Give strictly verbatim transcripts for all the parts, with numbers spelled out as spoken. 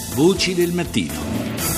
Voci del mattino.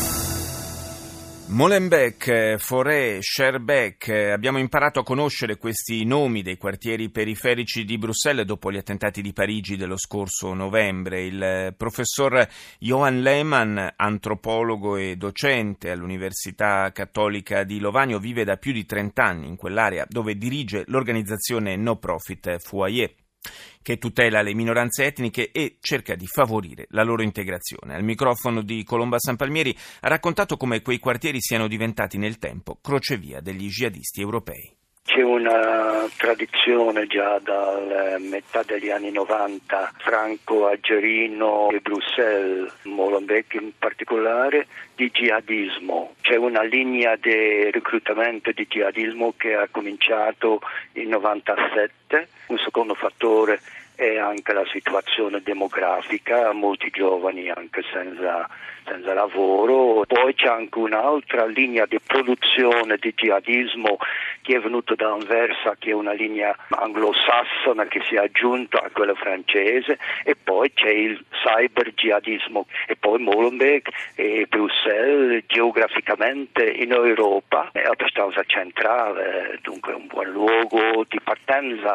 Molenbeek, Forêt, Schaerbeek, abbiamo imparato a conoscere questi nomi dei quartieri periferici di Bruxelles dopo gli attentati di Parigi dello scorso novembre. Il professor Johan Lehmann, antropologo e docente all'Università Cattolica di Lovanio, vive da più di trent'anni in quell'area dove dirige l'organizzazione no profit Foyer, che tutela le minoranze etniche e cerca di favorire la loro integrazione. Al microfono di Colomba Sanpalmieri ha raccontato come quei quartieri siano diventati nel tempo crocevia degli jihadisti europei. C'è una tradizione già dalla metà degli anni novanta, franco-algerino e Bruxelles, Molenbeek in particolare, di jihadismo. C'è una linea di reclutamento di jihadismo che ha cominciato nel novantasette. Un secondo fattore è anche la situazione demografica, molti giovani anche senza, senza lavoro. Poi c'è anche un'altra linea di produzione di jihadismo che è venuta da Anversa, che è una linea anglosassone che si è aggiunta a quella francese, e poi c'è il cyber jihadismo. E poi Molenbeek e Bruxelles geograficamente in Europa è abbastanza centrale, dunque è un buon luogo di partenza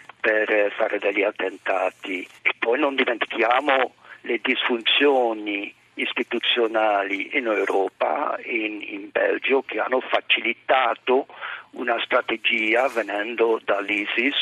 per fare degli attentati. E poi non dimentichiamo le disfunzioni istituzionali in Europa, in, in Belgio, che hanno facilitato una strategia venendo dall'ISIS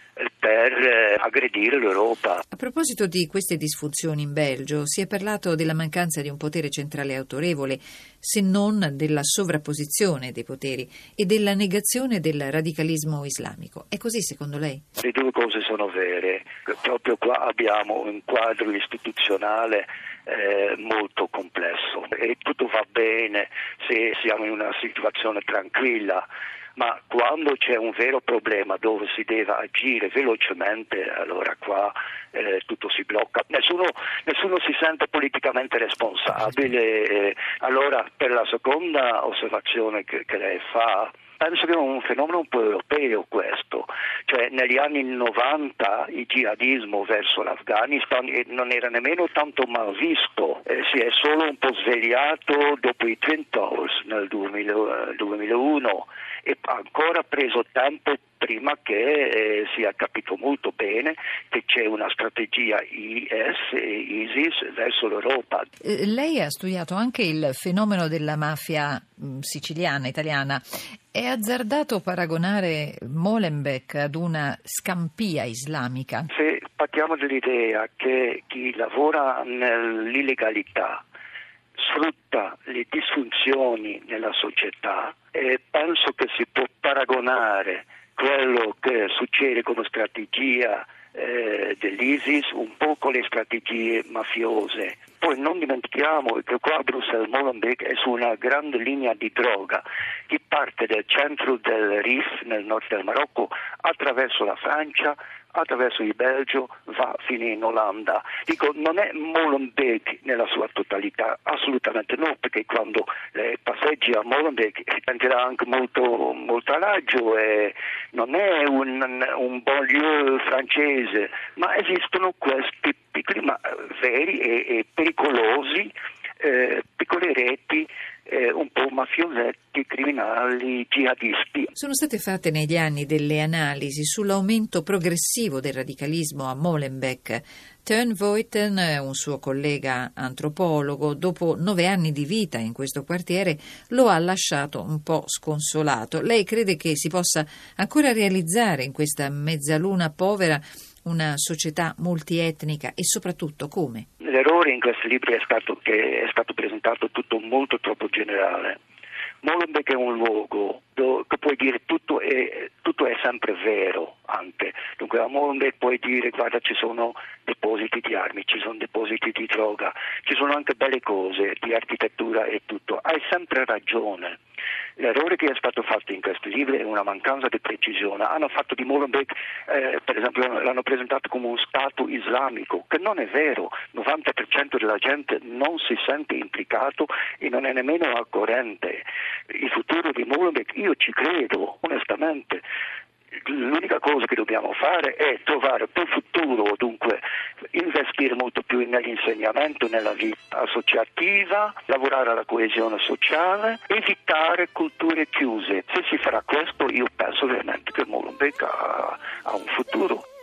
per eh, aggredire l'Europa. A proposito di queste disfunzioni in Belgio, si è parlato della mancanza di un potere centrale autorevole, se non della sovrapposizione dei poteri e della negazione del radicalismo islamico. È così secondo lei? Le due cose sono vere. Proprio qua abbiamo un quadro istituzionale eh, molto complesso e tutto va bene se siamo in una situazione tranquilla. Ma quando c'è un vero problema dove si deve agire velocemente, allora qua eh, tutto si blocca. Nessuno, nessuno si sente politicamente responsabile. Eh, allora, per la seconda osservazione che, che lei fa, penso che è un fenomeno un po' europeo questo. Cioè negli anni novanta il jihadismo verso l'Afghanistan non era nemmeno tanto mal visto, eh, si è solo un po' svegliato dopo i Twin Towers nel duemilauno e ha ancora preso tempo prima che eh, sia capito molto bene che c'è una strategia I S e ISIS verso l'Europa. Eh, lei ha studiato anche il fenomeno della mafia mh, siciliana, italiana. È azzardato paragonare Molenbeek ad una scampia islamica? Se partiamo dall'idea che chi lavora nell'illegalità sfrutta le disfunzioni nella società, e penso che si può paragonare quello che succede come strategia eh, dell'ISIS un po' con le strategie mafiose. Poi non dimentichiamo che qua a Bruxelles Molenbeek è su una grande linea di droga che parte dal centro del Rif nel nord del Marocco attraverso la Francia, attraverso il Belgio, va fino in Olanda. Dico, non è Molenbeek nella sua totalità, assolutamente no, perché quando eh, passeggi a Molenbeek si sentirà anche molto, molto agio, e non è un, un banlieue francese, ma esistono questi piccoli ma veri e, e pericolosi eh, piccole reti eh, un po' mafiosetti, criminali, jihadisti. Sono state fatte negli anni delle analisi sull'aumento progressivo del radicalismo a Molenbeek. Teun Vooiten, un suo collega antropologo, dopo nove anni di vita in questo quartiere, lo ha lasciato un po' sconsolato. Lei crede che si possa ancora realizzare in questa mezzaluna povera una società multietnica, e soprattutto come? L'errore in questi libri è stato che è stato presentato tutto molto troppo generale. Molenbeek è un luogo dove puoi dire tutto è, tutto è sempre vero anche. Dunque a Molenbeek puoi dire guarda ci sono depositi di armi, ci sono depositi di droga, ci sono anche belle cose di architettura e tutto. Hai sempre ragione. L'errore che è stato fatto in questi libri è una mancanza di precisione. Hanno fatto di Molenbeek, eh, per esempio, l'hanno presentato come un stato islamico, che non è vero. Il novanta per cento della gente non si sente implicato e non è nemmeno al corrente. Il futuro di Molenbeek, io ci credo, onestamente. L'unica cosa che dobbiamo fare è trovare per futuro, dunque investire molto più nell'insegnamento, nella vita associativa, lavorare alla coesione sociale, evitare culture chiuse. Se si farà questo, io penso veramente che Molenbeek ha, ha un futuro.